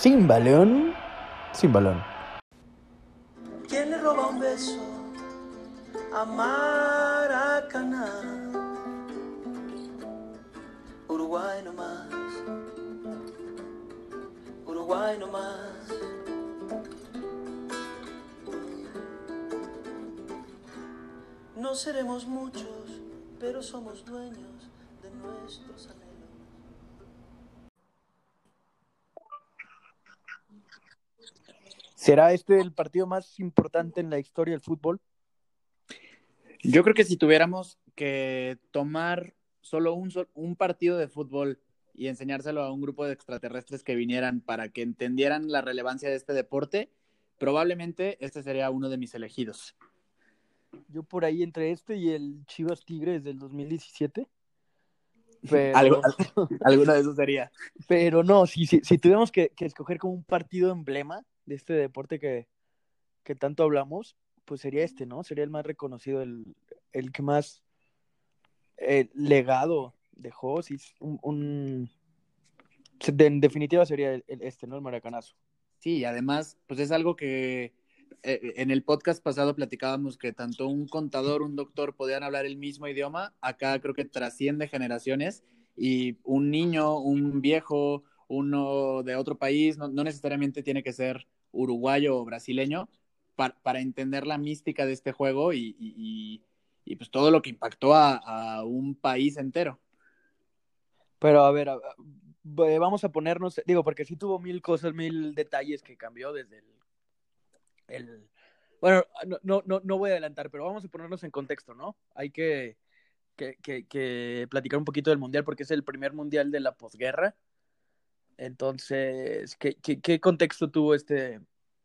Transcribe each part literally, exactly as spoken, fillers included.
Sin balón, sin balón. ¿Quién le roba un beso a Maracaná? Uruguay no más, Uruguay no más. No seremos muchos, pero somos dueños de nuestros anhelos. ¿Será este el partido más importante en la historia del fútbol? Yo creo que si tuviéramos que tomar solo un, un partido de fútbol y enseñárselo a un grupo de extraterrestres que vinieran para que entendieran la relevancia de este deporte, probablemente este sería uno de mis elegidos. Yo por ahí entre este y el Chivas Tigres del dos mil diecisiete. Pero... Algo, alguno de esos sería. Pero no, si, si, si tuviéramos que, que escoger como un partido emblema de este deporte que, que tanto hablamos, pues sería este, ¿no? Sería el más reconocido, el, el que más eh, legado dejó. Sí, un, un... En definitiva sería el, el este, ¿no? El maracanazo. Sí, además, pues es algo que eh, en el podcast pasado platicábamos que tanto un contador, un doctor podían hablar el mismo idioma. Acá creo que trasciende generaciones y un niño, un viejo, uno de otro país, no, no necesariamente tiene que ser uruguayo o brasileño para, para entender la mística de este juego y, y, y, y pues todo lo que impactó a, a un país entero. Pero a ver, a, a, vamos a ponernos, digo, porque sí tuvo mil cosas, mil detalles que cambió desde el... el bueno, no, no, no, no voy a adelantar, pero vamos a ponernos en contexto, ¿no? Hay que, que, que, que platicar un poquito del Mundial porque es el primer Mundial de la posguerra. Entonces, ¿qué, qué, qué contexto tuvo este,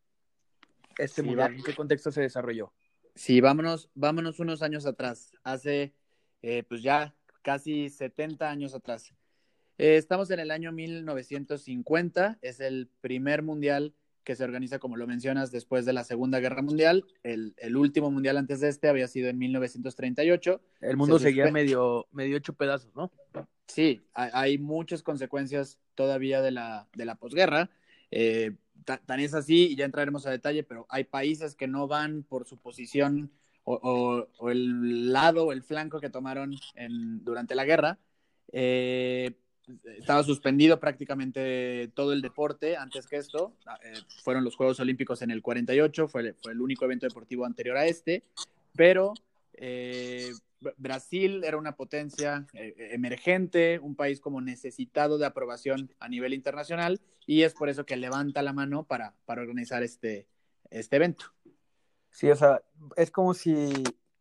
este Sí, Mundial? va. ¿En qué contexto se desarrolló? Sí, vámonos, vámonos unos años atrás, hace eh, pues ya casi setenta años atrás. Eh, estamos en el año mil novecientos cincuenta, es el primer mundial que se organiza, como lo mencionas, después de la Segunda Guerra Mundial. El, el último mundial antes de este había sido en mil novecientos treinta y ocho. El Se mundo seguía suspe- medio, medio hecho pedazos, ¿no? Sí, hay, hay muchas consecuencias todavía de la, de la posguerra. Eh, ta- tan es así, y ya entraremos a detalle, pero hay países que no van por su posición o, o, o el lado o el flanco que tomaron en, durante la guerra. Eh, Estaba suspendido prácticamente todo el deporte antes que esto. Eh, fueron los Juegos Olímpicos en el cuarenta y ocho, fue, fue el único evento deportivo anterior a este, pero... Eh, Brasil era una potencia eh, emergente, un país como necesitado de aprobación a nivel internacional, y es por eso que levanta la mano para, para organizar este, este evento. Sí, o sea, es como si,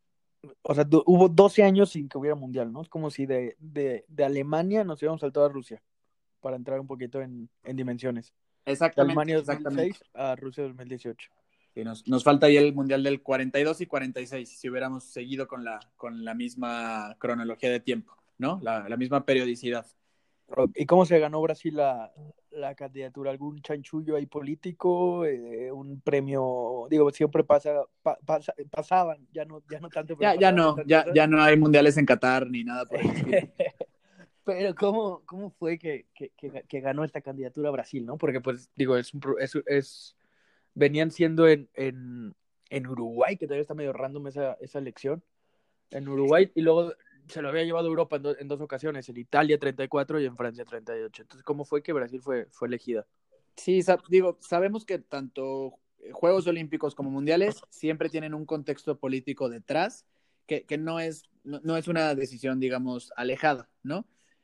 o sea, du- hubo doce años sin que hubiera mundial, ¿no? Es como si de, de, de Alemania nos hubiéramos saltado a Rusia, para entrar un poquito en, en dimensiones. De Exactamente, Alemania exactamente. dos mil seis a Rusia dos mil dieciocho. Sí, nos, nos falta ahí el Mundial del cuarenta y dos y cuarenta y seis, si hubiéramos seguido con la, con la misma cronología de tiempo, ¿no? La, la misma periodicidad. ¿Y cómo se ganó Brasil la, la candidatura? ¿Algún chanchullo ahí político? Eh, ¿Un premio? Digo, siempre pasa, pa, pasa, pasaban, ya no, ya no tanto, pero Ya, ya pasaban no, estas ya, cosas. ya no hay mundiales en Qatar ni nada por el estilo. Pero ¿cómo, cómo fue que, que, que, que ganó esta candidatura a Brasil, no? Porque, pues, digo, es, un, es, es venían siendo en, en, en Uruguay, que todavía está medio random esa, esa elección, en Uruguay, y luego se lo había llevado a Europa en, do, en dos ocasiones, en Italia treinta y cuatro y en Francia treinta y ocho. Entonces, ¿cómo fue que Brasil fue, fue elegida? Sí, sab- digo, sabemos que tanto Juegos Olímpicos como Mundiales siempre tienen un contexto político detrás, que, que no, es, no, no es una decisión, digamos, alejada, ¿no?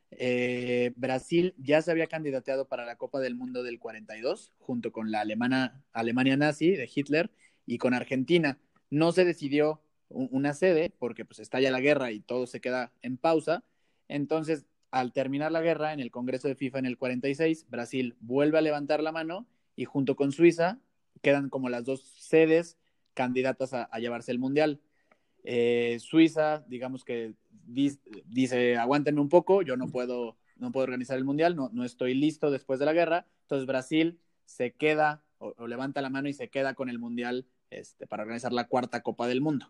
Eh, Brasil ya se había candidateado para la Copa del Mundo del cuarenta y dos, junto con la alemana, Alemania nazi de Hitler y con Argentina. No se decidió un- una sede porque pues estalla la guerra y todo se queda en pausa. Entonces, al terminar la guerra, en el Congreso de FIFA en el cuarenta y seis, Brasil vuelve a levantar la mano y junto con Suiza quedan como las dos sedes candidatas a, a llevarse el Mundial. Eh, Suiza, digamos que dice, dice, aguántenme un poco, yo no puedo, no puedo organizar el Mundial, no, no estoy listo después de la guerra. Entonces Brasil se queda o, o levanta la mano y se queda con el Mundial este, para organizar la cuarta Copa del Mundo.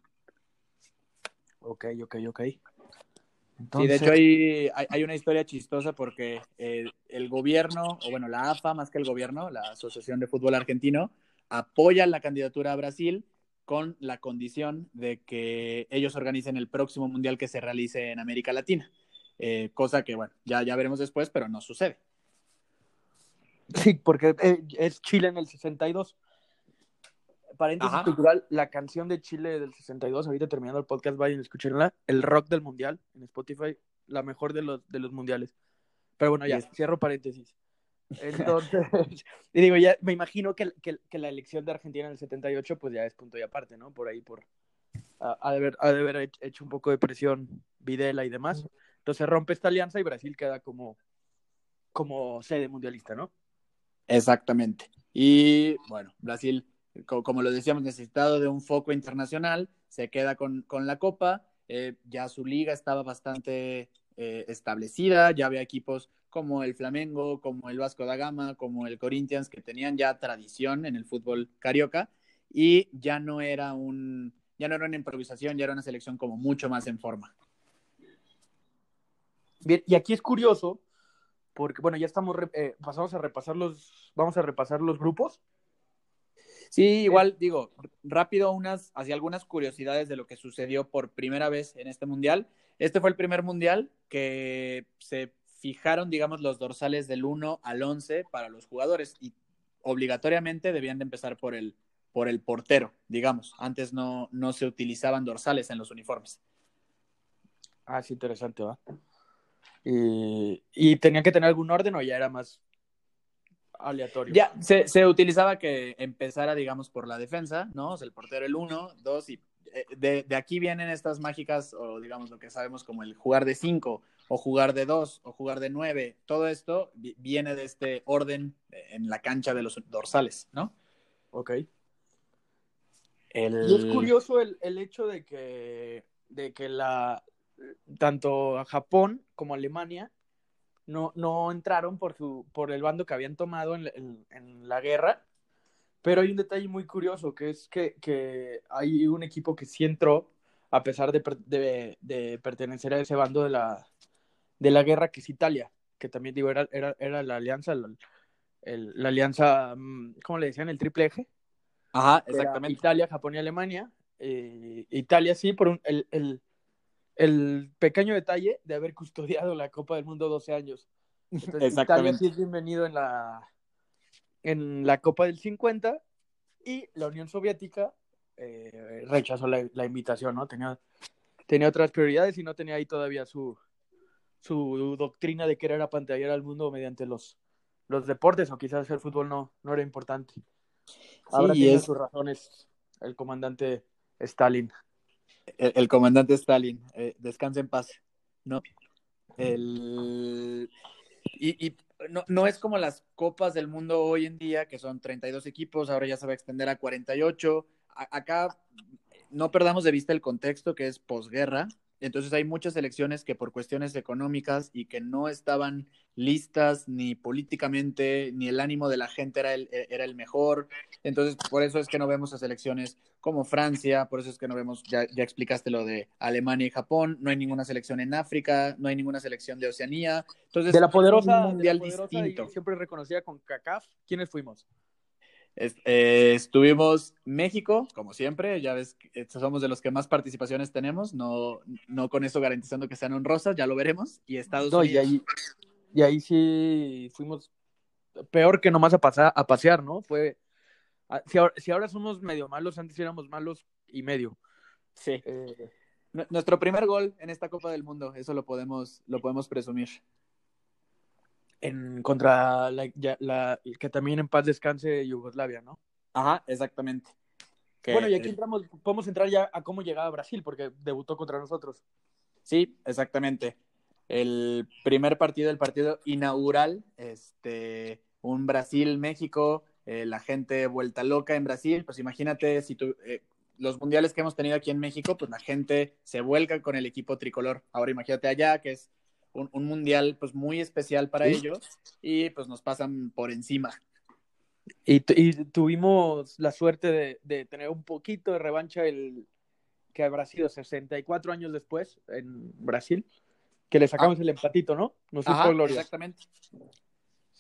Ok, ok, ok. Sí, de Entonces, hecho hay, hay, hay una historia chistosa porque eh, el, gobierno, o bueno, la A F A más que el gobierno, la Asociación de Fútbol Argentino, apoya la candidatura a Brasil con la condición de que ellos organicen el próximo mundial que se realice en América Latina. Eh, cosa que, bueno, ya, ya veremos después, pero no sucede. Sí, porque eh, es Chile en el sesenta y dos. Paréntesis Ajá. cultural, la canción de Chile del sesenta y dos, ahorita terminando el podcast, vayan a escucharla, el rock del mundial en Spotify, la mejor de los, de los mundiales. Pero bueno, ya, Y es- cierro paréntesis. Entonces, y digo, ya me imagino que, que, que la elección de Argentina en el setenta y ocho, pues ya es punto y aparte, ¿no? Por ahí, por ha ha de haber, ha de haber hecho un poco de presión Videla y demás. Entonces rompe esta alianza y Brasil queda como, como sede mundialista, ¿no? Exactamente. Y bueno, Brasil, co- como lo decíamos, necesitado de un foco internacional, se queda con, con la Copa. Eh, ya su liga estaba bastante eh, establecida, ya había equipos como el Flamengo, como el Vasco da Gama, como el Corinthians, que tenían ya tradición en el fútbol carioca, y ya no era un, ya no era una improvisación, ya era una selección como mucho más en forma. Bien, y aquí es curioso, porque bueno, ya estamos, eh, pasamos a repasar los, vamos a repasar los grupos. Sí, igual digo, rápido unas, hacia algunas curiosidades de lo que sucedió por primera vez en este mundial. Este fue el primer mundial que se fijaron, digamos, los dorsales del uno al once para los jugadores y obligatoriamente debían de empezar por el, por el portero, digamos. Antes no, no se utilizaban dorsales en los uniformes. Ah, es interesante, ¿va? Y, y tenía que tener algún orden o ya era más aleatorio. Ya, se, se utilizaba que empezara, digamos, por la defensa, ¿no? O sea, el portero el uno, dos, y eh, de, de aquí vienen estas mágicas, o digamos lo que sabemos como el jugar de cinco, o jugar de dos, o jugar de nueve. Todo esto vi- viene de este orden en la cancha de los dorsales, ¿no? Ok. Y es El... curioso el, el hecho de que, de que la, tanto a Japón como Alemania no, no entraron por, su, por el bando que habían tomado en, en, en la guerra. Pero hay un detalle muy curioso, que es que, que hay un equipo que sí entró, a pesar de, de, de pertenecer a ese bando de la, de la guerra, que es Italia, que también digo, era, era, era la alianza, el, el, la alianza, ¿cómo le decían? El triple eje. Ajá, Era exactamente. Italia, Japón y Alemania. Eh, Italia sí, por un, el, el, el pequeño detalle de haber custodiado la Copa del Mundo doce años. Entonces, Italia sí Exactamente. es bienvenido en la, en la Copa del cincuenta y la Unión Soviética eh, rechazó la, la invitación, ¿no? Tenía, tenía otras prioridades y no tenía ahí todavía su, su doctrina de querer apantallar al mundo mediante los, los deportes, o quizás el fútbol no, no era importante. Sí, Habrá y tenido es sus razones el comandante Stalin. el, el comandante Stalin, eh, descansa en paz, ¿no? El... Y, y no, no es como las copas del mundo hoy en día, que son treinta y dos equipos, ahora ya se va a extender a cuarenta y ocho. A, acá no perdamos de vista el contexto que es posguerra. Entonces hay muchas elecciones que por cuestiones económicas y que no estaban listas ni políticamente, ni el ánimo de la gente era el, era el mejor. Entonces por eso es que no vemos a selecciones como Francia, por eso es que no vemos, ya, ya explicaste lo de Alemania y Japón, no hay ninguna selección en África, no hay ninguna selección de Oceanía. De Entonces la es un poderosa, de la mundial poderosa y distinto. siempre reconocida con CACAF, ¿quiénes fuimos? Es, eh, estuvimos México, como siempre, ya ves, somos de los que más participaciones tenemos, no, no con eso garantizando que sean honrosas, ya lo veremos, y Estados No, y Unidos. ahí, y ahí sí fuimos peor que nomás a, pasar, a pasear, ¿no? Fue, si ahora, si ahora somos medio malos, antes éramos malos y medio. Sí. Eh, N- nuestro primer gol en esta Copa del Mundo, eso lo podemos, lo podemos presumir. en contra la, ya, la, que también en paz descanse Yugoslavia, ¿no? Ajá, exactamente. Bueno, Que, y aquí eh, entramos, podemos entrar ya a cómo llegaba Brasil, porque debutó contra nosotros. sí, exactamente. El primer partido, el partido inaugural, este, un Brasil-México, eh, la gente vuelta loca en Brasil, pues imagínate si tú, eh, los mundiales que hemos tenido aquí en México, pues la gente se vuelca con el equipo tricolor. Ahora imagínate allá, que es un, un mundial pues muy especial para ¿Sí? ellos, y pues nos pasan por encima. Y, y tuvimos la suerte de, de tener un poquito de revancha el que habrá sido sesenta y cuatro años después en Brasil, que le Ah, sacamos el empatito, ¿no? Nos supo ajá, gloria. exactamente.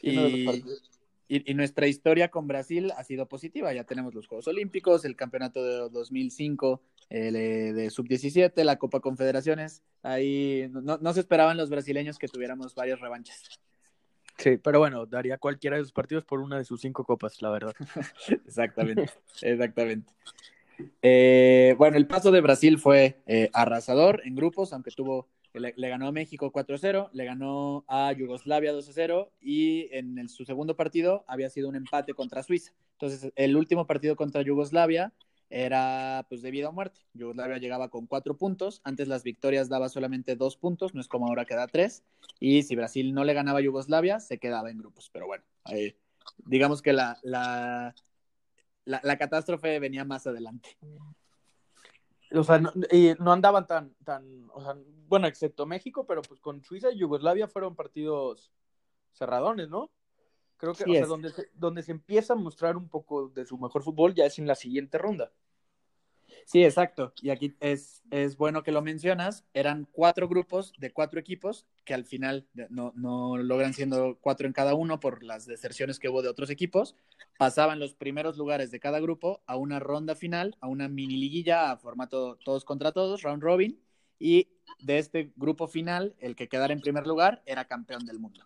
Sí, uno de los Y, partidos. y, y nuestra historia con Brasil ha sido positiva. Ya tenemos los Juegos Olímpicos, el campeonato de dos mil cinco, el eh, de sub diecisiete, la Copa Confederaciones. Ahí no, no se esperaban los brasileños que tuviéramos varias revanchas. Sí, pero bueno, daría cualquiera de sus partidos por una de sus cinco copas, la verdad. Exactamente, exactamente. Eh, bueno, el paso de Brasil fue eh, arrasador en grupos, aunque tuvo, le, le ganó a México cuatro a cero, le ganó a Yugoslavia dos a cero y en el, su segundo partido había sido un empate contra Suiza. Entonces, el último partido contra Yugoslavia era pues de vida o muerte. Yugoslavia llegaba con cuatro puntos, antes las victorias daba solamente dos puntos, no es como ahora que da tres, y si Brasil no le ganaba a Yugoslavia, se quedaba en grupos. Pero bueno, eh, digamos que la, la la, la catástrofe venía más adelante. O sea, no, y no andaban tan, tan, o sea, bueno, excepto México, pero pues con Suiza y Yugoslavia fueron partidos cerradones, ¿no? Creo que, o Sí sea, es. donde se, donde se empieza a mostrar un poco de su mejor fútbol ya es en la siguiente ronda. Sí, exacto. Y aquí es, es bueno que lo mencionas. Eran cuatro grupos de cuatro equipos que al final no, no logran siendo cuatro en cada uno por las deserciones que hubo de otros equipos. Pasaban los primeros lugares de cada grupo a una ronda final, a una mini liguilla a formato todos contra todos, round robin. Y de este grupo final, el que quedara en primer lugar era campeón del mundo.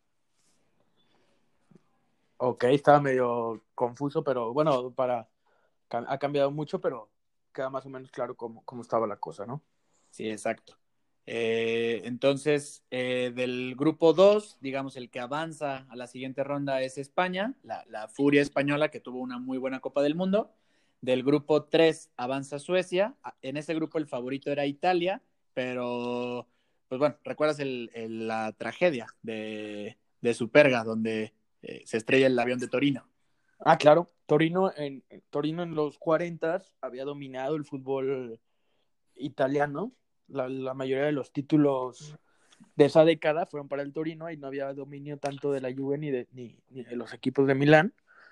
Ok, estaba medio confuso, pero bueno, para ha cambiado mucho, pero queda más o menos claro cómo, cómo estaba la cosa, ¿no? Sí, exacto. Eh, entonces, eh, del grupo dos, digamos, el que avanza a la siguiente ronda es España, la, la Furia española que tuvo una muy buena Copa del Mundo. Del grupo tres avanza Suecia. En ese grupo el favorito era Italia, pero, pues bueno, ¿recuerdas el, el, la tragedia de, de Superga, donde eh, se estrella el avión de Torino? Ah, claro. Torino en, Torino en los cuarenta había dominado el fútbol italiano. La, la mayoría de los títulos de esa década fueron para el Torino y no había dominio tanto de la Juve ni de, ni, ni de los equipos de Milán.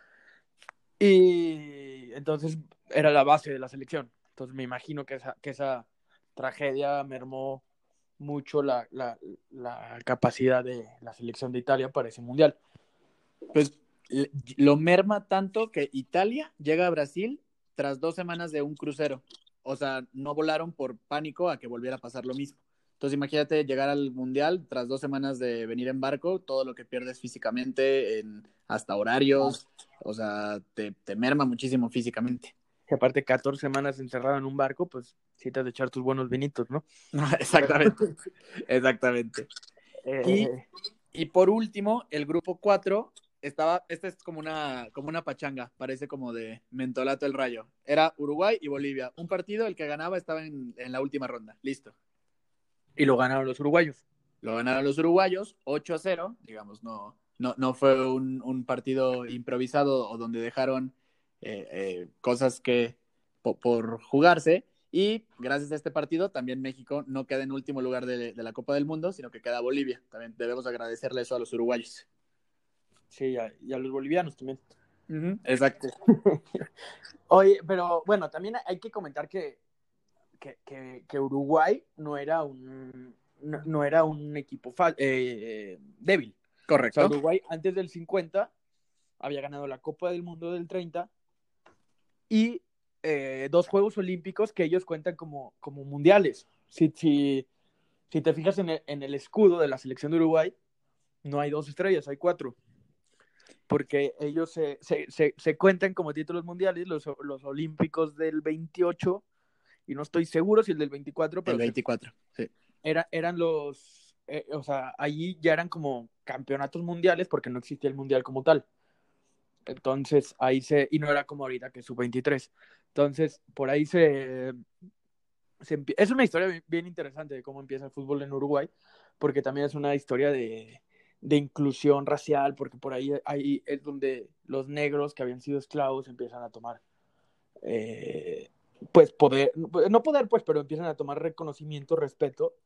Y entonces era la base de la selección. Entonces me imagino que esa, que esa tragedia mermó mucho la, la, la capacidad de la selección de Italia para ese mundial. Pues lo merma tanto que Italia llega a Brasil tras dos semanas de un crucero. O sea, no volaron por pánico a que volviera a pasar lo mismo. Entonces imagínate llegar al Mundial tras dos semanas de venir en barco, todo lo que pierdes físicamente, en, hasta horarios, o sea, te, te merma muchísimo físicamente. Y aparte catorce semanas encerrado en un barco, pues sí te has de echar tus buenos vinitos, ¿no? Exactamente, exactamente. Y, Eh, y por último, el grupo cuatro estaba, esta es como una, como una pachanga, parece como de mentolato el rayo. Era Uruguay y Bolivia. Un partido, el que ganaba estaba en, en la última ronda. Listo. y lo ganaron los uruguayos. Lo ganaron los uruguayos, ocho a cero, digamos, no, no, no fue un, un partido improvisado o donde dejaron eh, eh, cosas que po, por jugarse. Y gracias a este partido, también México no queda en último lugar de, de la Copa del Mundo, sino que queda Bolivia. También debemos agradecerle eso a los uruguayos. Sí, y a, y a los bolivianos también. Uh-huh, exacto. Oye, pero bueno, también hay que comentar que, que, que, que Uruguay no era un, no, no era un equipo fa- eh, débil. Correcto. O sea, Uruguay antes del cincuenta había ganado la Copa del Mundo del treinta y eh, dos Juegos Olímpicos que ellos cuentan como, como mundiales. Si, si, si te fijas en el, en el escudo de la selección de Uruguay, no hay dos estrellas, hay cuatro. Porque ellos se, se, se, se cuentan como títulos mundiales, los, los olímpicos del veintiocho, y no estoy seguro si el del veinticuatro, pero el veinticuatro, se, sí. era, eran los, eh, o sea, allí ya eran como campeonatos mundiales porque no existía el mundial como tal. Entonces ahí se, y no era como ahorita que es sub veintitrés. Entonces por ahí se, se empie- es una historia bien, bien interesante de cómo empieza el fútbol en Uruguay, porque también es una historia de, de inclusión racial, porque por ahí, ahí es donde los negros que habían sido esclavos empiezan a tomar, eh, pues poder, no poder pues, pero empiezan a tomar reconocimiento, respeto,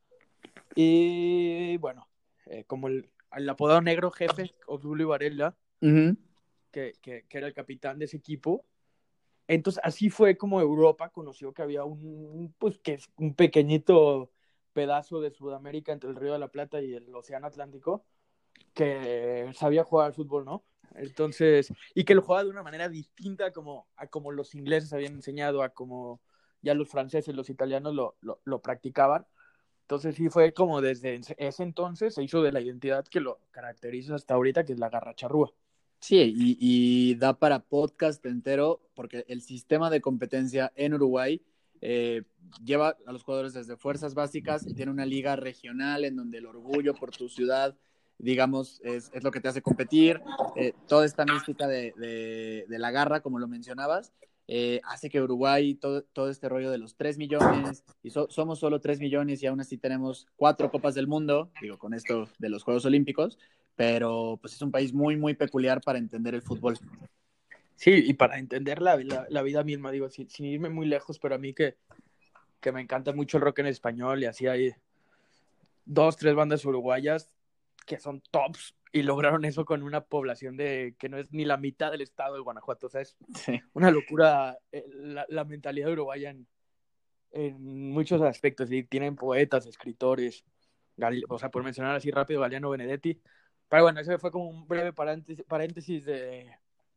y bueno, eh, como el, el apodado negro jefe, Obdulio Varela, Uh-huh. que, que, que era el capitán de ese equipo. Entonces, así fue como Europa conoció que había un, pues, que es un pequeñito pedazo de Sudamérica entre el Río de la Plata y el Océano Atlántico, que sabía jugar al fútbol, ¿no? Entonces, y que lo jugaba de una manera distinta como, a como los ingleses habían enseñado, a como ya los franceses, los italianos lo, lo, lo practicaban. Entonces sí fue como desde ese entonces se hizo de la identidad que lo caracteriza hasta ahorita, que es la garra charrúa. Sí, y, y da para podcast entero porque el sistema de competencia en Uruguay eh, lleva a los jugadores desde fuerzas básicas y tiene una liga regional en donde el orgullo por tu ciudad, digamos, es, es lo que te hace competir. Eh, toda esta mística de, de, de la garra, como lo mencionabas, eh, hace que Uruguay, todo, todo este rollo de los tres millones, y so, somos solo tres millones y aún así tenemos cuatro copas del mundo, digo, con esto de los Juegos Olímpicos, pero pues es un país muy, muy peculiar para entender el fútbol. Sí, y para entender la, la, la vida misma, digo, sin, sin, irme muy lejos, pero a mí que, que me encanta mucho el rock en español y así hay dos, tres bandas uruguayas que son tops y lograron eso con una población de que no es ni la mitad del estado de Guanajuato. O sea, es sí. una locura eh, la, la mentalidad uruguaya en, en muchos aspectos. Y tienen poetas, escritores, Gal, o sea, por mencionar así rápido, Galeano Benedetti. Pero bueno, ese fue como un breve paréntesis, paréntesis de,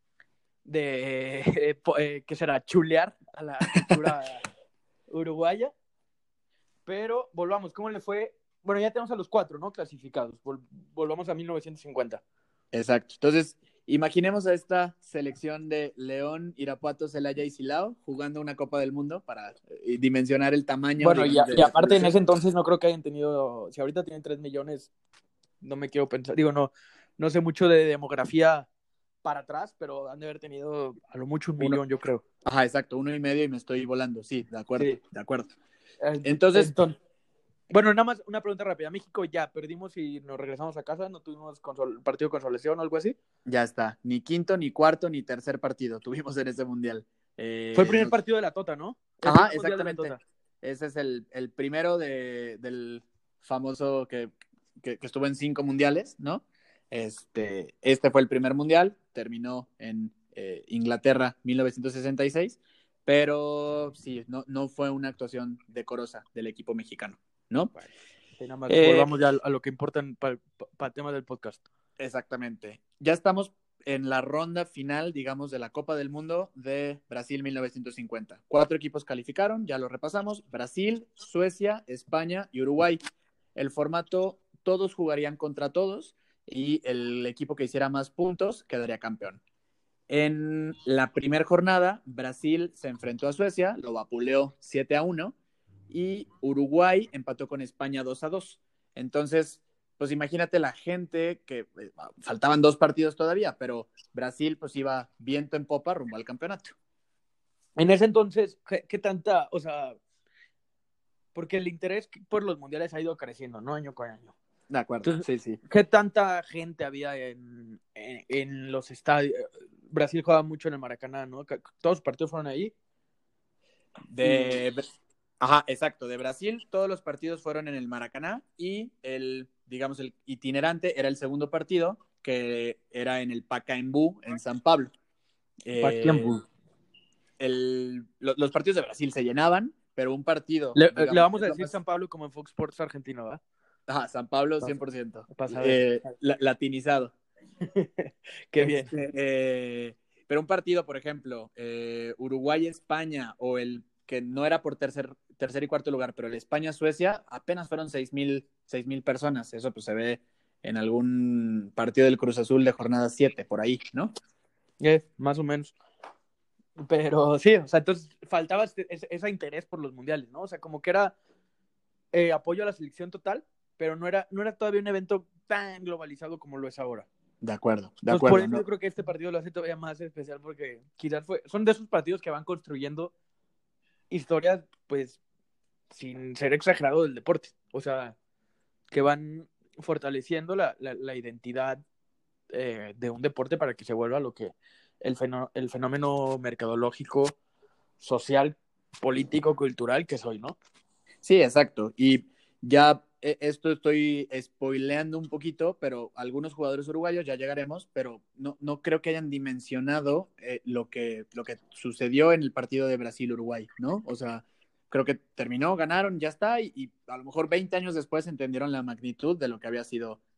de eh, eh, ¿qué será? Chulear a la cultura uruguaya. Pero volvamos, ¿cómo le fue? Bueno, ya tenemos a los cuatro, ¿no? Clasificados. Vol- volvamos a mil novecientos cincuenta. Exacto. Entonces, imaginemos a esta selección de León, Irapuato, Celaya y Silao jugando una Copa del Mundo para eh, dimensionar el tamaño. Bueno, digamos, y, a, de y la aparte selección. en ese entonces no creo que hayan tenido, si ahorita tienen tres millones, no me quiero pensar, digo, no, no sé mucho de demografía para atrás, pero han de haber tenido a lo mucho un Uno, millón, yo creo. Ajá, exacto, uno y medio y me estoy volando. Sí, de acuerdo, Sí. de acuerdo. Entonces, Entonces, bueno, nada más una pregunta rápida. México ya perdimos y nos regresamos a casa, no tuvimos consol- partido de consolación o algo así. Ya está, ni quinto, ni cuarto, ni tercer partido tuvimos en ese mundial. Eh, Fue el primer no... partido de la Tota, ¿no? El Ajá, primer exactamente. De la Tota. Ese es el, el primero de, del famoso que, que, que estuvo en cinco mundiales, ¿no? Este, este fue el primer mundial, terminó en eh, Inglaterra mil novecientos sesenta y seis, pero sí, no, no fue una actuación decorosa del equipo mexicano, ¿no? Bueno, sí, nada más eh, volvamos ya a lo que importa para pa, pa el tema del podcast. Exactamente. Ya estamos en la ronda final, digamos, de la Copa del Mundo de Brasil mil novecientos cincuenta. Cuatro equipos calificaron, ya lo repasamos: Brasil, Suecia, España y Uruguay. El formato, todos jugarían contra todos y el equipo que hiciera más puntos quedaría campeón. En la primera jornada, Brasil se enfrentó a Suecia, lo vapuleó siete a uno y Uruguay empató con España dos a dos. Entonces, pues imagínate la gente que eh, faltaban dos partidos todavía, pero Brasil pues iba viento en popa rumbo al campeonato. En ese entonces, ¿qué, qué tanta, o sea, porque el interés por los mundiales ha ido creciendo, ¿no? Año con año. De acuerdo, Entonces, sí, sí. ¿Qué tanta gente había en, en, en los estadios? Brasil jugaba mucho en el Maracaná, ¿no? Todos los partidos fueron ahí. De... Ajá, exacto. De Brasil, todos los partidos fueron en el Maracaná y el, digamos, el itinerante era el segundo partido, que era en el Pacaembu, en San Pablo. Pacaembu. Eh, el, lo, los partidos de Brasil se llenaban, pero un partido... Le, digamos, le vamos a decir más... San Pablo como en Fox Sports argentino, ¿verdad? Ajá, San Pablo cien por ciento. Pasa eh, la, latinizado. Qué bien. Este, eh, pero un partido, por ejemplo, eh, Uruguay-España o el que no era por tercer, tercer y cuarto lugar, pero el España-Suecia, apenas fueron seis mil personas. Eso pues se ve en algún partido del Cruz Azul de jornada siete, por ahí, ¿no? Eh, más o menos. Pero sí, o sea, entonces faltaba ese, ese interés por los mundiales, ¿no? O sea, como que era eh, apoyo a la selección total, pero no era, no era todavía un evento tan globalizado como lo es ahora. De acuerdo, de Entonces, acuerdo. por eso ¿no? yo creo que este partido lo hace todavía más especial porque quizás fue, son de esos partidos que van construyendo historias, pues, sin ser exagerado del deporte. O sea, que van fortaleciendo la, la, la identidad eh, de un deporte para que se vuelva lo que el, fenó- el fenómeno mercadológico, social, político, cultural que soy, ¿no? Sí, exacto. Y ya esto estoy spoileando un poquito, pero algunos jugadores uruguayos, ya llegaremos, pero no, no creo que hayan dimensionado eh, lo, que, lo que sucedió en el partido de Brasil-Uruguay, ¿no? O sea, creo que terminó, ganaron, ya está, y, y a lo mejor veinte años después entendieron la magnitud de lo que había sido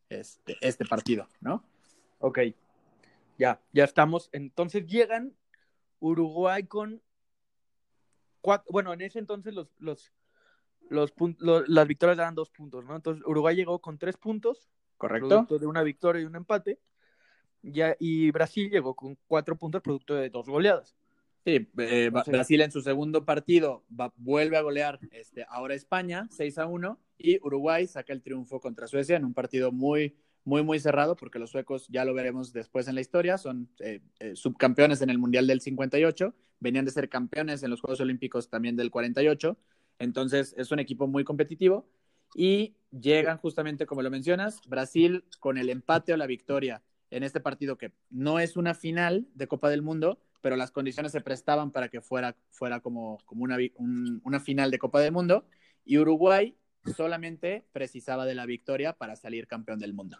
este, este partido, ¿no? Ok, ya, ya estamos. Entonces llegan Uruguay con cuatro, bueno, en ese entonces los, los, los, pun- los- las victorias daban dos puntos, ¿no? Entonces Uruguay llegó con tres puntos, ¿Correcto? producto de una victoria y un empate, ya, y Brasil llegó con cuatro puntos, producto de dos goleadas. Sí, eh, Entonces, Brasil en su segundo partido va, vuelve a golear este, ahora España, seis a uno, y Uruguay saca el triunfo contra Suecia en un partido muy, muy, muy cerrado, porque los suecos, ya lo veremos después en la historia, son eh, eh, subcampeones en el Mundial del cincuenta y ocho, venían de ser campeones en los Juegos Olímpicos también del cuarenta y ocho, entonces es un equipo muy competitivo, y llegan justamente, como lo mencionas, Brasil con el empate o la victoria en este partido que no es una final de Copa del Mundo, pero las condiciones se prestaban para que fuera, fuera como, como una, un, una final de Copa del Mundo, y Uruguay solamente precisaba de la victoria para salir campeón del mundo.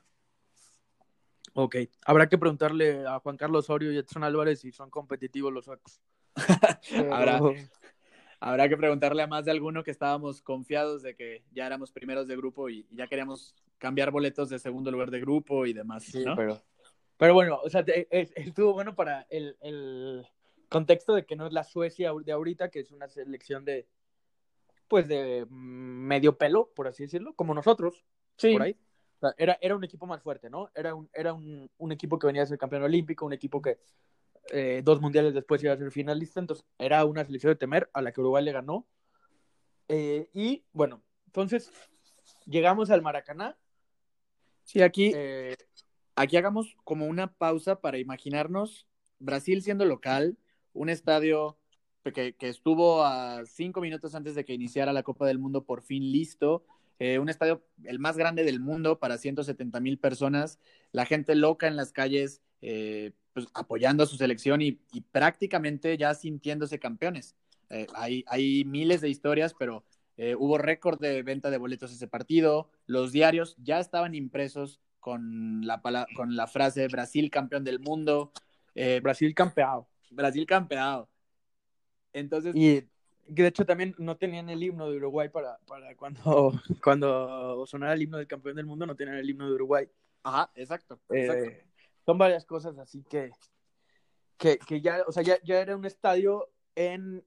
ok, habrá que preguntarle a Juan Carlos Osorio y Edson Álvarez si son competitivos los suecos. habrá, Pero, habrá que preguntarle a más de alguno que estábamos confiados de que ya éramos primeros de grupo y, y ya queríamos cambiar boletos de segundo lugar de grupo y demás, sí, ¿no? pero, pero bueno, o sea, te- es- estuvo bueno para el, el contexto de que no es la Suecia de ahorita, que es una selección de, pues, de mm, medio pelo, por así decirlo, como nosotros, por Sí, ahí. O sea, era, era un equipo más fuerte, ¿no? Era un, era un, un equipo que venía a ser campeón olímpico, un equipo que eh, dos mundiales después iba a ser finalista, entonces era una selección de temer a la que Uruguay le ganó. Eh, y bueno, entonces llegamos al Maracaná. sí, aquí, Eh, aquí hagamos como una pausa para imaginarnos Brasil siendo local, un estadio que, que estuvo a cinco minutos antes de que iniciara la Copa del Mundo por fin listo, eh, un estadio el más grande del mundo para ciento setenta mil personas, la gente loca en las calles, eh, pues, apoyando a su selección y, y prácticamente ya sintiéndose campeones. Eh, hay, hay miles de historias, pero eh, hubo récord de venta de boletos ese partido, los diarios ya estaban impresos con la, con la frase Brasil campeón del mundo, eh, Brasil campeado. Brasil campeado. Entonces, Y de hecho también no tenían el himno de Uruguay para, para cuando, cuando sonara el himno del campeón del mundo, no tenían el himno de Uruguay. ajá, exacto, exacto. Eh, son varias cosas así que, que, que ya, o sea, ya, ya era un estadio en,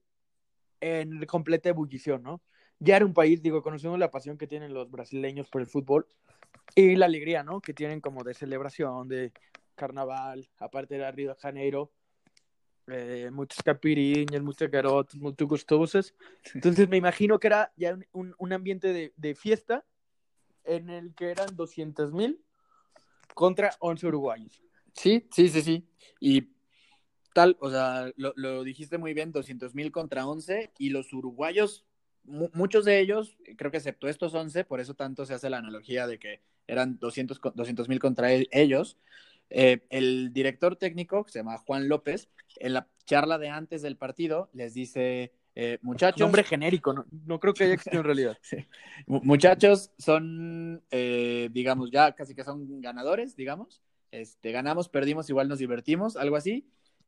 en completa ebullición, ¿no? Ya era un país, digo, conocemos la pasión que tienen los brasileños por el fútbol y la alegría, ¿no? Que tienen como de celebración, de carnaval, aparte de Río de Janeiro, eh, muchos caipirinhas, muchos garotos, muy gustosos. Entonces me imagino que era ya un, un, un ambiente de, de fiesta en el que eran doscientos mil contra once uruguayos. Sí, sí, sí, sí. Y tal, o sea, lo, lo dijiste muy bien, doscientos mil contra once, y los uruguayos, mu muchos de ellos, creo que excepto estos once, por eso tanto se hace la analogía de que eran doscientos mil contra e ellos. Eh, el director técnico, que se llama Juan López, en la charla de antes del partido les dice, eh, Nombre muchachos, genérico, no, no creo que haya existido en realidad. sí. Muchachos, son, eh, digamos, ya casi que son ganadores, digamos. Este, ganamos, perdimos, igual nos divertimos, algo así.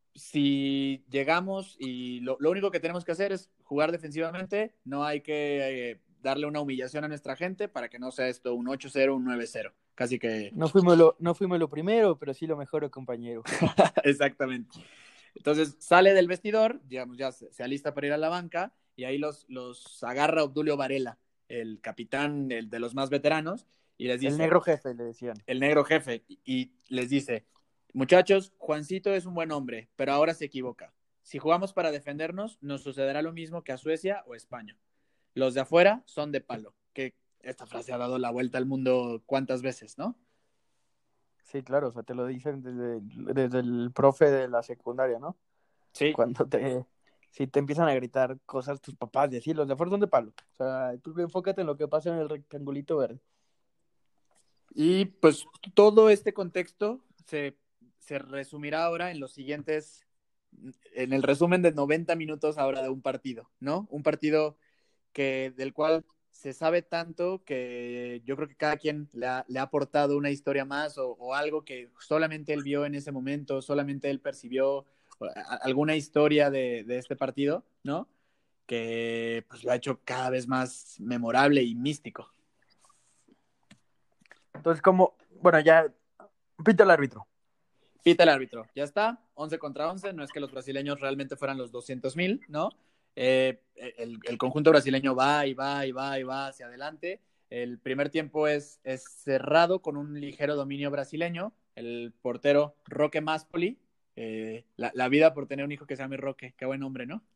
Si llegamos y lo, lo único que tenemos que hacer es jugar defensivamente, no hay que eh, darle una humillación a nuestra gente para que no sea esto un ocho cero, un nueve cero. Casi que... No fuimos, lo, no fuimos lo primero, pero sí lo mejor, compañero. Exactamente. Entonces sale del vestidor, digamos, ya se, se alista para ir a la banca y ahí los, los agarra Obdulio Varela, el capitán el de los más veteranos, y les El dice, negro jefe, le decían. el negro jefe, y, y les dice, muchachos, Juancito es un buen hombre, pero ahora se equivoca. Si jugamos para defendernos, nos sucederá lo mismo que a Suecia o España. Los de afuera son de palo. Que esta frase ha dado la vuelta al mundo cuántas veces, ¿no? Sí, claro, o sea, te lo dicen desde, desde el profe de la secundaria, ¿no? Sí. Cuando te, si te empiezan a gritar cosas tus papás, decir, los de afuera son de palo. O sea, tú enfócate en lo que pasa en el rectangulito verde. Y pues todo este contexto se, se resumirá ahora en los siguientes, en el resumen de noventa minutos ahora de un partido, ¿no? Un partido que, del cual se sabe tanto que yo creo que cada quien le ha, le ha aportado una historia más o, o algo que solamente él vio en ese momento, solamente él percibió a, alguna historia de, de este partido, ¿no? Que pues lo ha hecho cada vez más memorable y místico. Entonces, como, bueno, ya pita el árbitro. Pita el árbitro, ya está, once contra once, no es que los brasileños realmente fueran los doscientos mil, ¿no? Eh, el, el, conjunto brasileño va y va y va y va hacia adelante. El primer tiempo es, es cerrado con un ligero dominio brasileño. El portero Roque Maspoli, eh, la, la vida por tener un hijo que se llame Roque, qué buen nombre, ¿no?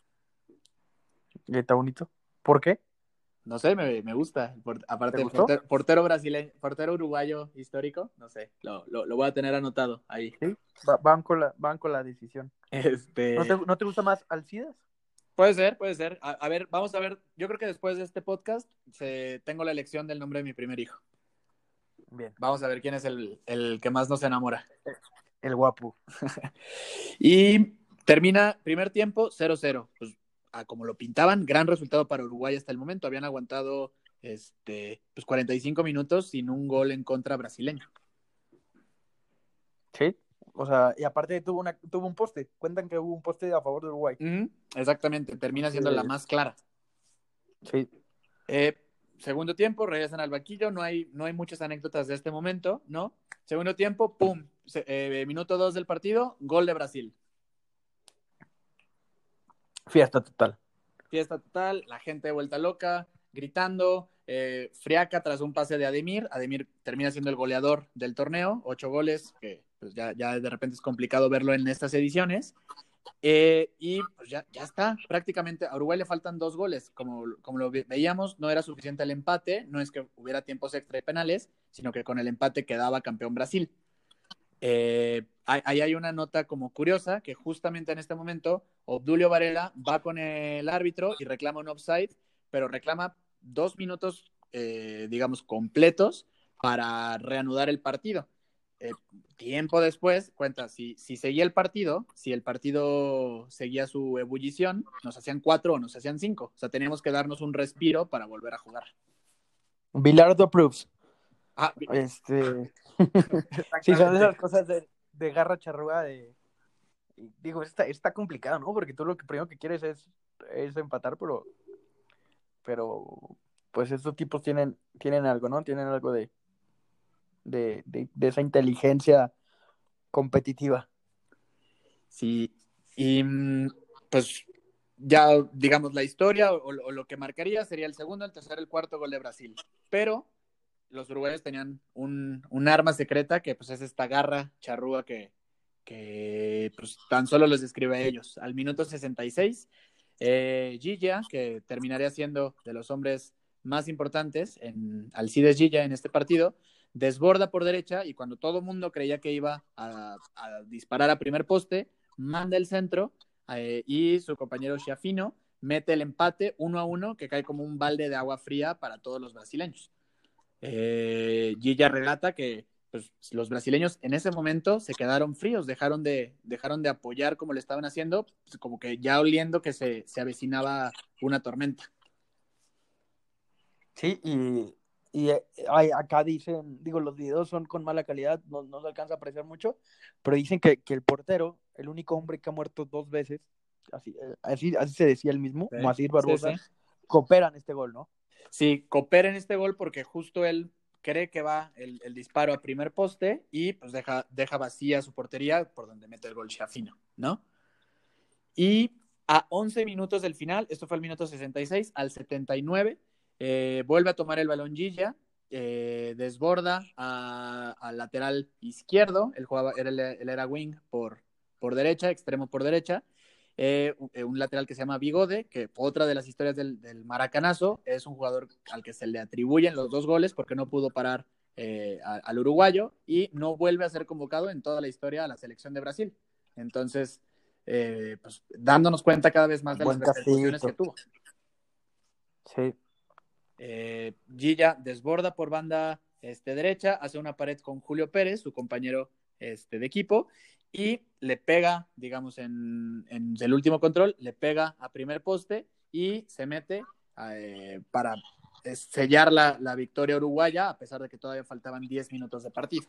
Y está bonito. ¿Por qué? No sé, me, me gusta. Por, aparte del gustó? portero, portero brasileño, portero uruguayo histórico, no sé, lo, lo, lo voy a tener anotado ahí. Sí, va, van, con la, van con la decisión. Este... ¿No te, ¿No te gusta más Alcides? Puede ser, puede ser. A, a, ver, vamos a ver. Yo creo que después de este podcast se, tengo la elección del nombre de mi primer hijo. Bien. Vamos a ver quién es el, el que más nos enamora. El guapo. Y termina primer tiempo cero cero. Pues a como lo pintaban, gran resultado para Uruguay hasta el momento. Habían aguantado este, pues cuarenta y cinco minutos sin un gol en contra brasileño. Sí. O sea, y aparte tuvo, una, tuvo un poste. Cuentan que hubo un poste a favor de Uruguay. Mm, exactamente, termina siendo sí. la más clara. Sí. Eh, segundo tiempo, regresan al banquillo, no hay, no hay muchas anécdotas de este momento, ¿no? Segundo tiempo, pum, se, eh, minuto dos del partido, gol de Brasil. Fiesta total. Fiesta total, la gente de vuelta loca, gritando, eh, friaca tras un pase de Ademir. Ademir termina siendo el goleador del torneo, ocho goles, que pues ya, ya de repente es complicado verlo en estas ediciones. Eh, y pues ya, ya está, prácticamente a Uruguay le faltan dos goles, como, como lo veíamos, no era suficiente el empate, no es que hubiera tiempos extra y penales, sino que con el empate quedaba campeón Brasil. Eh, ahí hay una nota como curiosa, que justamente en este momento Obdulio Varela va con el árbitro y reclama un offside, pero reclama dos minutos, eh, digamos, completos para reanudar el partido. Eh, tiempo después, cuenta, si, si seguía el partido, si el partido seguía su ebullición, nos hacían cuatro o nos hacían cinco. O sea, teníamos que darnos un respiro para volver a jugar. Bilardo approves. Ah, este... sí, son esas cosas de, de garra charrúa de... Digo, está, está complicado, ¿no? Porque tú lo que primero que quieres es, es empatar, pero... Pero, pues estos tipos tienen, tienen algo, ¿no? Tienen algo de, de, de, de esa inteligencia competitiva. Sí, y pues ya digamos la historia o, o, lo que marcaría sería el segundo, el tercero, el cuarto gol de Brasil. Pero los uruguayos tenían un, un arma secreta que pues es esta garra charrúa que, que pues tan solo les describe a ellos. Al minuto sesenta y seis, eh, Gilla, que terminaría siendo de los hombres más importantes, en Alcides Gilla en este partido, desborda por derecha y cuando todo el mundo creía que iba a, a disparar a primer poste, manda el centro eh, y su compañero Schiaffino mete el empate uno a uno que cae como un balde de agua fría para todos los brasileños. Eh, Gilla relata que pues, los brasileños en ese momento se quedaron fríos, dejaron de, dejaron de apoyar como le estaban haciendo, pues, como que ya oliendo que se, se avecinaba una tormenta. Sí, y, y hay, acá dicen, digo, los videos son con mala calidad, no, no se alcanza a apreciar mucho, pero dicen que, que el portero, el único hombre que ha muerto dos veces, así, así, así se decía el mismo, Sí, Moacir Barbosa, sí, sí. coopera en este gol, ¿no? Sí, coopera en este gol porque justo él cree que va el, el disparo a primer poste y pues deja, deja vacía su portería por donde mete el gol Schiaffino, ¿no? Y a once minutos del final, esto fue el minuto sesenta y seis, al setenta y nueve, eh, vuelve a tomar el balón Gilla, eh, desborda al lateral izquierdo, él, jugaba, él, él era wing por, por derecha, extremo por derecha, eh, un lateral que se llama Bigode, que otra de las historias del, del maracanazo, es un jugador al que se le atribuyen los dos goles porque no pudo parar eh, a, al uruguayo y no vuelve a ser convocado en toda la historia a la selección de Brasil. Entonces, eh, pues dándonos cuenta cada vez más de Buen las repercusiones castito. que tuvo. Sí. Eh, Gilla desborda por banda este, derecha, hace una pared con Julio Pérez, su compañero este, de equipo, y le pega, digamos, en, en el último control, le pega a primer poste y se mete eh, para sellar la, la victoria uruguaya, a pesar de que todavía faltaban diez minutos de partido.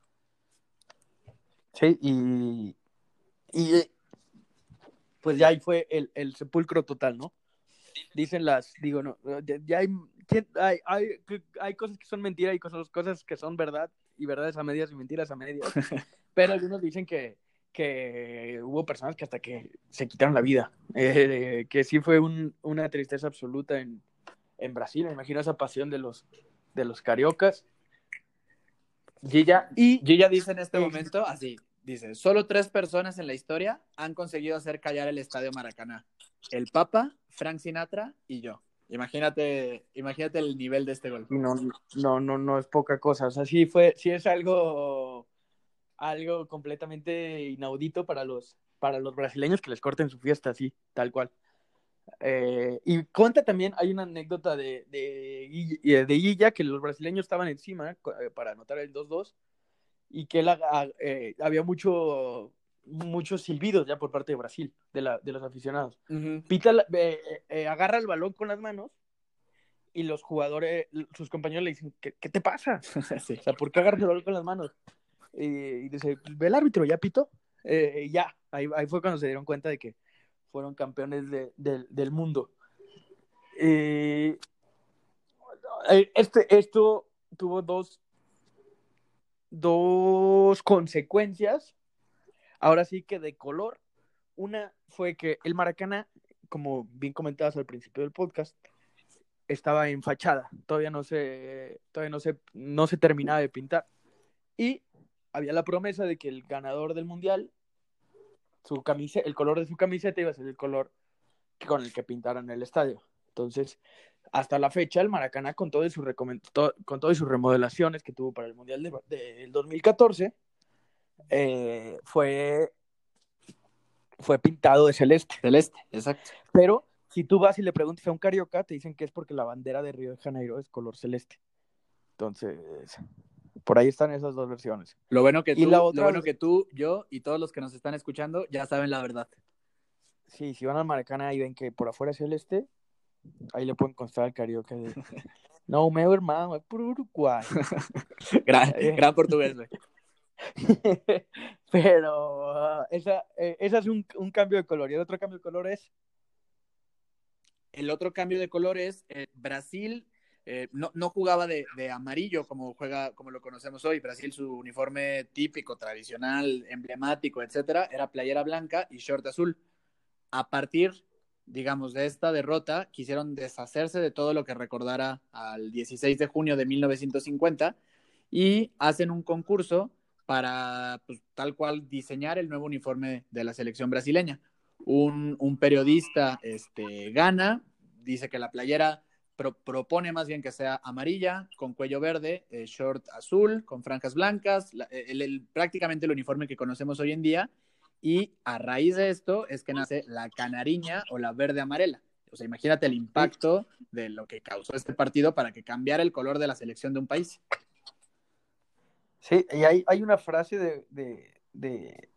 Sí, y, y pues ya ahí fue el, el sepulcro total, ¿no? dicen las, digo, no, ya, ya hay, hay, hay, hay cosas que son mentira y cosas, cosas que son verdad, y verdades a medias y mentiras a medias, pero algunos dicen que, que hubo personas que hasta que se quitaron la vida, eh, que sí fue un, una tristeza absoluta en, en Brasil. Me imagino esa pasión de los, de los cariocas. Gilla, Y Gilla dice en este eh, momento, así, dice, solo tres personas en la historia han conseguido hacer callar el Estadio Maracaná. El Papa, Frank Sinatra y yo. Imagínate, imagínate el nivel de este gol. no, no, no, no es poca cosa. O sea, sí fue, sí es algo, algo completamente inaudito para los, para los brasileños que les corten su fiesta, así, tal cual. Eh, y cuenta también, hay una anécdota de, de, de, de Illa, que los brasileños estaban encima eh, para anotar el dos dos, y que él, eh, había mucho, muchos silbidos ya por parte de Brasil, de, la, de los aficionados. Uh-huh. Pita, eh, eh, agarra el balón con las manos y los jugadores, sus compañeros le dicen, ¿qué, qué te pasa? Sí. O sea, ¿por qué agarras el balón con las manos? Y, y dice, ve el árbitro, ya pitó. Eh, ya, ahí, ahí fue cuando se dieron cuenta de que fueron campeones de, de, del mundo. Eh, este, esto tuvo dos, dos consecuencias, ahora sí que de color. Una fue que el Maracaná, como bien comentabas al principio del podcast, estaba en fachada, todavía no se, todavía no se, no se terminaba de pintar. Y había la promesa de que el ganador del mundial, su camisa, el color de su camiseta iba a ser el color con el que pintaran el estadio. Entonces, hasta la fecha, el Maracaná, con todo y sus to, con todo y sus remodelaciones que tuvo para el mundial del de, dos mil catorce, eh, fue, fue pintado de celeste. Celeste, exacto. Pero si tú vas y le preguntas a un carioca, te dicen que es porque la bandera de Río de Janeiro es color celeste. Entonces, por ahí están esas dos versiones. Lo bueno que, tú, lo bueno que tú, yo y todos los que nos están escuchando ya saben la verdad. Sí, si van al Maracaná y ven que por afuera es celeste, ahí le pueden constar al carioca de, no, meu hermano, es por Uruguay. gran, gran portugués, güey. Pero uh, esa, eh, esa es un, un cambio de color. Y el otro cambio de color es... El otro cambio de color es eh, Brasil eh, no, no jugaba de, de amarillo como juega, como lo conocemos hoy. Brasil, su uniforme típico, tradicional, emblemático, etcétera, era playera blanca y short azul. A partir, digamos, de esta derrota, quisieron deshacerse de todo lo que recordara al dieciséis de junio de mil novecientos cincuenta y hacen un concurso para, pues, tal cual, diseñar el nuevo uniforme de la selección brasileña. Un, un periodista este, gana, dice que la playera pro, propone más bien que sea amarilla, con cuello verde, eh, short azul, con franjas blancas, la, el, el, prácticamente el uniforme que conocemos hoy en día. Y a raíz de esto es que nace la canariña o la verde amarela. O sea, imagínate el impacto de lo que causó este partido para que cambiara el color de la selección de un país. Sí, y hay, hay una frase de, de, de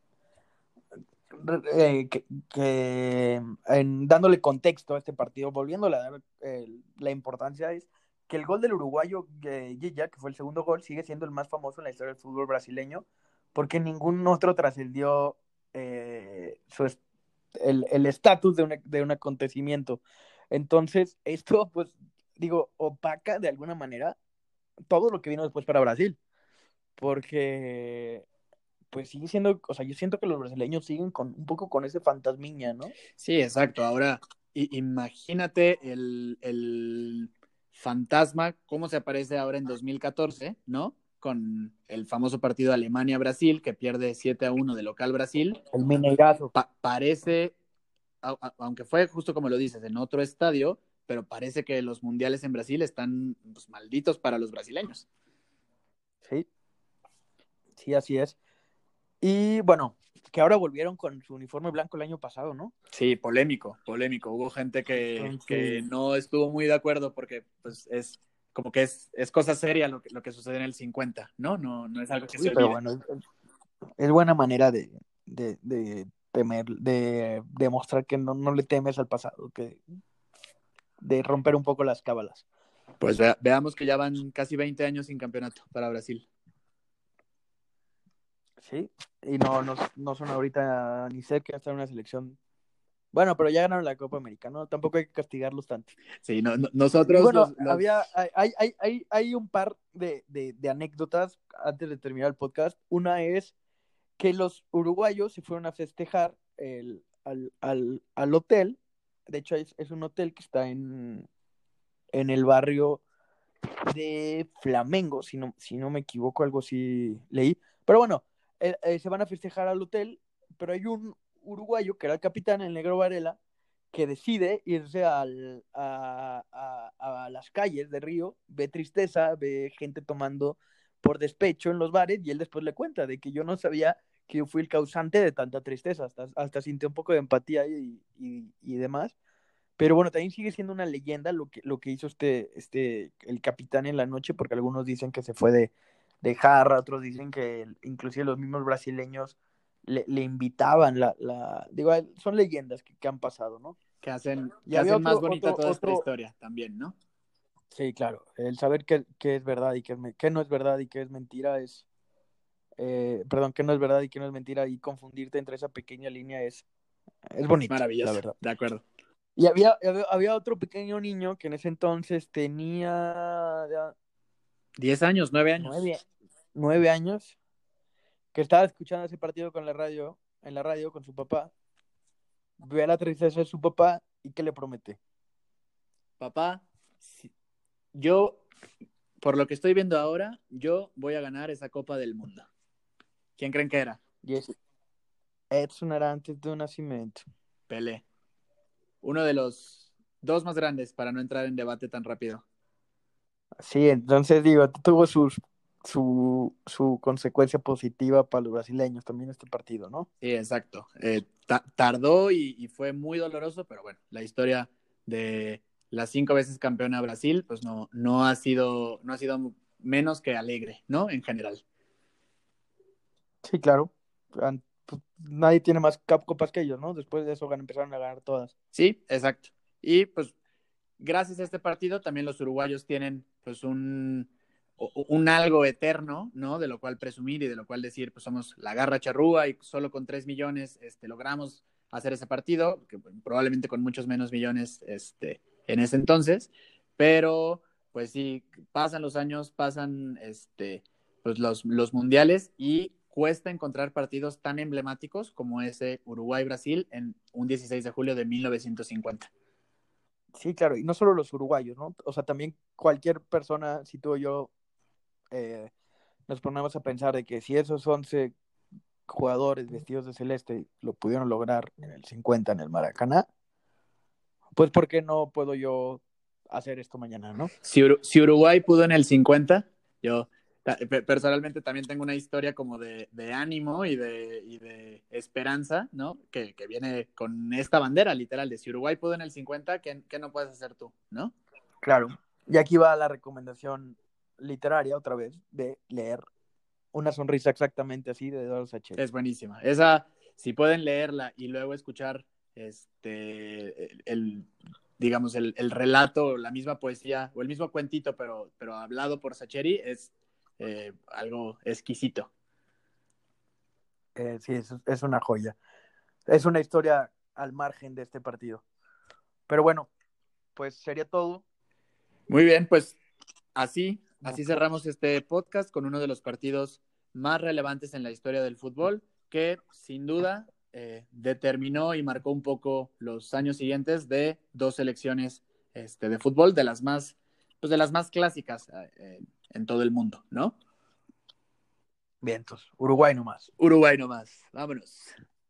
eh, que, que en, dándole contexto a este partido, volviéndole a dar eh, la importancia, es que el gol del uruguayo eh, Gilla, que fue el segundo gol, sigue siendo el más famoso en la historia del fútbol brasileño, porque ningún otro trascendió eh, su el estatus de un, de un acontecimiento. Entonces, esto, pues, digo, opaca de alguna manera todo lo que vino después para Brasil, porque pues sigue siendo, o sea, yo siento que los brasileños siguen con un poco con ese fantasmiña, ¿no? Sí, exacto. Ahora, i- imagínate el, el fantasma, cómo se aparece ahora en dos mil catorce, ¿no? Con el famoso partido Alemania-Brasil, que pierde siete a uno de local Brasil. El Mineirazo. Pa- parece, a- a- aunque fue justo como lo dices, en otro estadio, pero parece que los mundiales en Brasil están, pues, malditos para los brasileños. Sí, sí, así es. Y bueno, que ahora volvieron con su uniforme blanco el año pasado, ¿no? Sí, polémico, polémico. Hubo gente que, Entonces... que no estuvo muy de acuerdo porque, pues, es como que es, es cosa seria lo que, lo que sucede en el cincuenta, ¿no? No, no es algo que sí, se pero olvide. bueno, es, es buena manera de, de, de temer, de demostrar que no, no le temes al pasado, que de romper un poco las cábalas. Pues vea, veamos que ya van casi veinte años sin campeonato para Brasil. Sí, y no, no, no son ahorita ni cerca de estar en una selección Bueno, pero ya ganaron la Copa América, ¿no? Tampoco hay que castigarlos tanto. Sí, no, no- Y nosotros bueno, los, los... había, hay, hay, hay, hay un par de, de, de anécdotas antes de terminar el podcast. Una es que los uruguayos se fueron a festejar el, al, al, al hotel. De hecho, es, es un hotel que está en, en el barrio de Flamengo, si no, si no me equivoco, algo así leí. Pero bueno, eh, eh, se van a festejar al hotel, pero hay un uruguayo que era el capitán, el Negro Varela, que decide irse al, a, a, a las calles de Río, ve tristeza, ve gente tomando por despecho en los bares, y él después le cuenta de que yo no sabía que yo fui el causante de tanta tristeza, hasta, hasta sintió un poco de empatía y, y, y demás. Pero bueno, también sigue siendo una leyenda lo que, lo que hizo este, este, el capitán en la noche, porque algunos dicen que se fue de, de jarra, otros dicen que inclusive los mismos brasileños le, le invitaban la, la, digo, son leyendas que, que han pasado, ¿no? que hacen, Y que había hacen más otro, bonita otro, toda esta otro, historia también, ¿no? sí, claro, el saber qué, qué es verdad y qué, es, qué no es verdad y qué es mentira es, eh, perdón, qué no es verdad y qué no es mentira, y confundirte entre esa pequeña línea es, es bonito, la Maravilloso, verdad. de acuerdo. Y había, había, había otro pequeño niño que en ese entonces tenía ya Diez años, nueve años. nueve, nueve años, que estaba escuchando ese partido con la radio, en la radio con su papá, ve la tristeza de su papá y ¿qué le promete? Papá, si- yo, por lo que estoy viendo ahora, yo voy a ganar esa Copa del Mundo. ¿Quién creen que era? Y es Edson Arantes de Nacimiento. Pelé. Uno de los dos más grandes, para no entrar en debate tan rápido. Sí, entonces digo, tuvo sus, su, su consecuencia positiva para los brasileños también este partido, ¿no? Sí, exacto. Eh, ta- tardó y, y fue muy doloroso, pero bueno, la historia de las cinco veces campeona Brasil, pues no, no ha sido, no ha sido menos que alegre, ¿no? En general. Sí, claro. An- pues, nadie tiene más cap- copas que ellos, ¿no? Después de eso gan- empezaron a ganar todas. Sí, exacto. Y pues gracias a este partido también los uruguayos tienen pues un, un algo eterno, ¿no? De lo cual presumir y de lo cual decir, pues somos la garra charrúa y solo con tres millones este, logramos hacer ese partido, que probablemente con muchos menos millones este, en ese entonces, pero pues sí, pasan los años, pasan este, pues los, los mundiales y cuesta encontrar partidos tan emblemáticos como ese Uruguay-Brasil en un dieciséis de julio de mil novecientos cincuenta. Sí, claro, y no solo los uruguayos, ¿no? O sea, también cualquier persona, si tú o yo eh, nos ponemos a pensar de que si esos once jugadores vestidos de celeste lo pudieron lograr en el cincuenta en el Maracaná, pues ¿por qué no puedo yo hacer esto mañana, no? Si, Ur- si Uruguay pudo en el cincuenta, yo ta- pe- personalmente también tengo una historia como de, de ánimo y de, y de esperanza, ¿no? Que, que viene con esta bandera, literal, de si Uruguay pudo en el cincuenta, ¿qué, qué no puedes hacer tú, no? Claro. Y aquí va la recomendación literaria otra vez de leer Una sonrisa exactamente así de Eduardo Sacheri. Es buenísima. Esa, si pueden leerla y luego escuchar este, el, el, digamos, el, el relato, la misma poesía o el mismo cuentito, pero, pero hablado por Sacheri, es eh, algo exquisito. Eh, sí, es, es una joya. Es una historia al margen de este partido. Pero bueno, pues sería todo. Muy bien, pues así, así cerramos este podcast con uno de los partidos más relevantes en la historia del fútbol, que sin duda eh, determinó y marcó un poco los años siguientes de dos selecciones este, de fútbol, de las más, pues de las más clásicas eh, en todo el mundo, ¿no? Vientos. Uruguay nomás. Uruguay nomás, vámonos.